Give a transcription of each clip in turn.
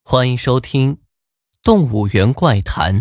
欢迎收听《动物园怪谈》。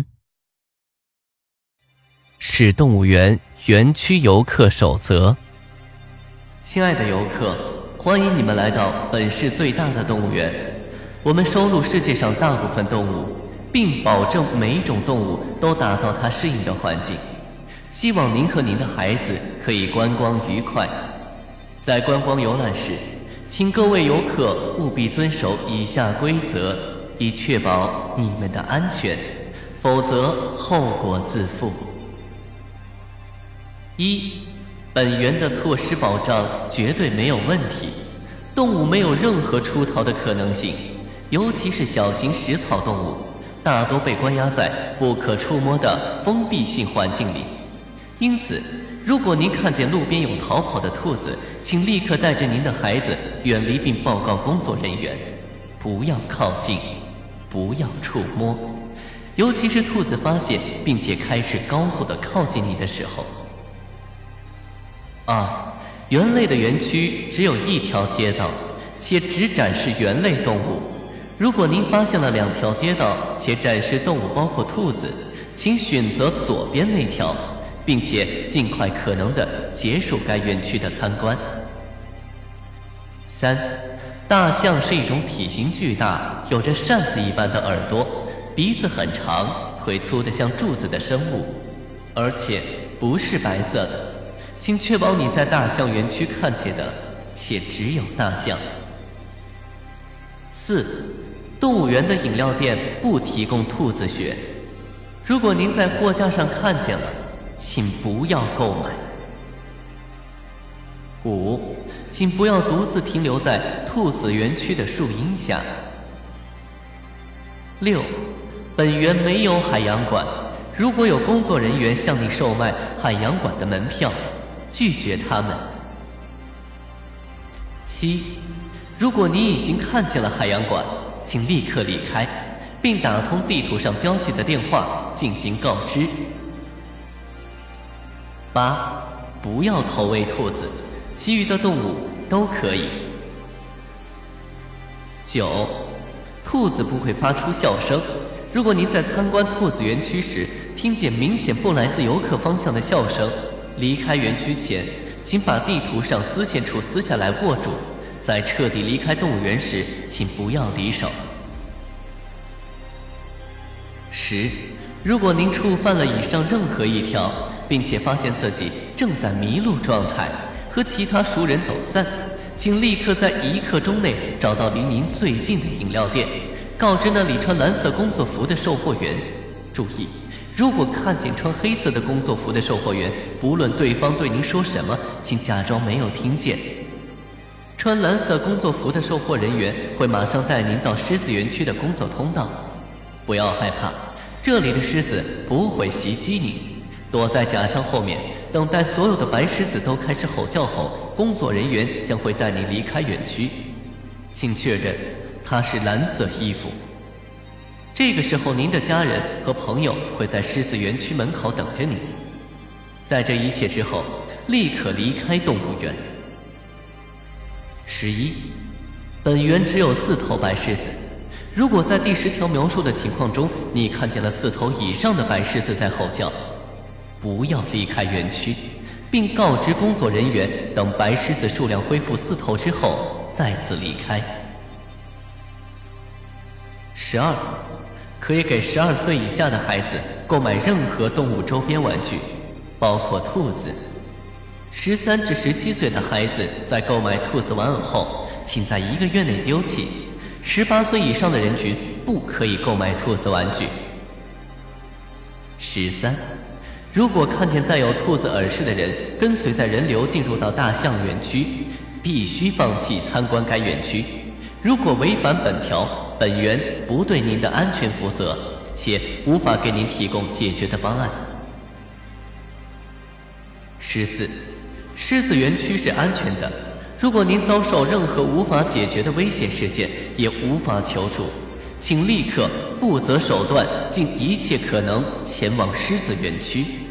市动物园园区游客守则。亲爱的游客，欢迎你们来到本市最大的动物园。我们收录世界上大部分动物，并保证每一种动物都打造它适应的环境。希望您和您的孩子可以观光愉快。在观光游览时，请各位游客务必遵守以下规则，以确保你们的安全，否则后果自负。1. 本园的措施保障绝对没有问题，动物没有任何出逃的可能性，尤其是小型食草动物，大多被关押在不可触摸的封闭性环境里。因此，如果您看见路边有逃跑的兔子，请立刻带着您的孩子远离并报告工作人员，不要靠近，不要触摸，尤其是兔子发现并且开始高速地靠近你的时候。2. 猿类的园区只有一条街道，且只展示猿类动物。如果您发现了2条街道且展示动物包括兔子，请选择左边那条，并且尽快可能地结束该园区的参观。3. 大象是一种体型巨大、有着扇子一般的耳朵、鼻子很长、腿粗得像柱子的生物，而且不是白色的。请确保你在大象园区看见的且只有大象。4. 动物园的饮料店不提供兔子血。如果您在货架上看见了，请不要购买。5. 请不要独自停留在兔子园区的树荫下。6. 本园没有海洋馆，如果有工作人员向你售卖海洋馆的门票，拒绝他们。7. 如果你已经看见了海洋馆，请立刻离开，并打通地图上标记的电话进行告知。8. 不要投喂兔子，其余的动物都可以。9. 兔子不会发出笑声，如果您在参观兔子园区时听见明显不来自游客方向的笑声，离开园区前，请把地图上丝线处撕下来握住，在彻底离开动物园时，请不要离手。10. 如果您触犯了以上任何一条，并且发现自己正在迷路状态，和其他熟人走散，请立刻在1刻钟内找到离您最近的饮料店，告知那里穿蓝色工作服的售货员。注意，如果看见穿黑色的工作服的售货员，不论对方对您说什么，请假装没有听见。穿蓝色工作服的售货人员会马上带您到狮子园区的工作通道。不要害怕，这里的狮子不会袭击你。躲在假山后面，等待所有的白狮子都开始吼叫后，工作人员将会带你离开园区。请确认它是蓝色衣服。这个时候，您的家人和朋友会在狮子园区门口等着你。在这一切之后，立刻离开动物园。11. 本园只有4头白狮子。如果在第10条描述的情况中，你看见了4头以上的白狮子在吼叫，不要离开园区，并告知工作人员，等白狮子数量恢复4头之后再次离开。12. 可以给12岁以下的孩子购买任何动物周边玩具，包括兔子。13至17岁的孩子在购买兔子玩偶后，请在1个月内丢弃。18岁以上的人群不可以购买兔子玩具。13. 如果看见带有兔子耳饰的人跟随在人流进入到大象园区，必须放弃参观该园区。如果违反本条，本园不对您的安全负责，且无法给您提供解决的方案。14. 狮子园区是安全的，如果您遭受任何无法解决的危险事件，也无法求助，请立刻不择手段，尽一切可能前往狮子园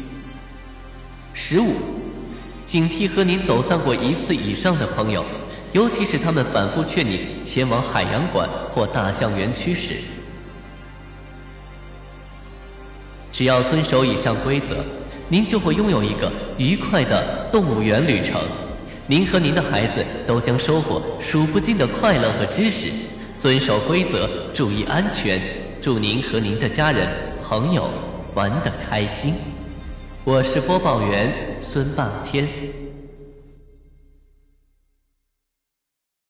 区。15. 警惕和您走散过1次以上的朋友， 尤其是他们反复劝你前往海洋馆或大象园区时。只要遵守以上规则，您就会拥有一个愉快的动物园旅程。您和您的孩子都将收获数不尽的快乐和知识。遵守规则，注意安全，祝您和您的家人朋友玩得开心。我是播报员孙霸天。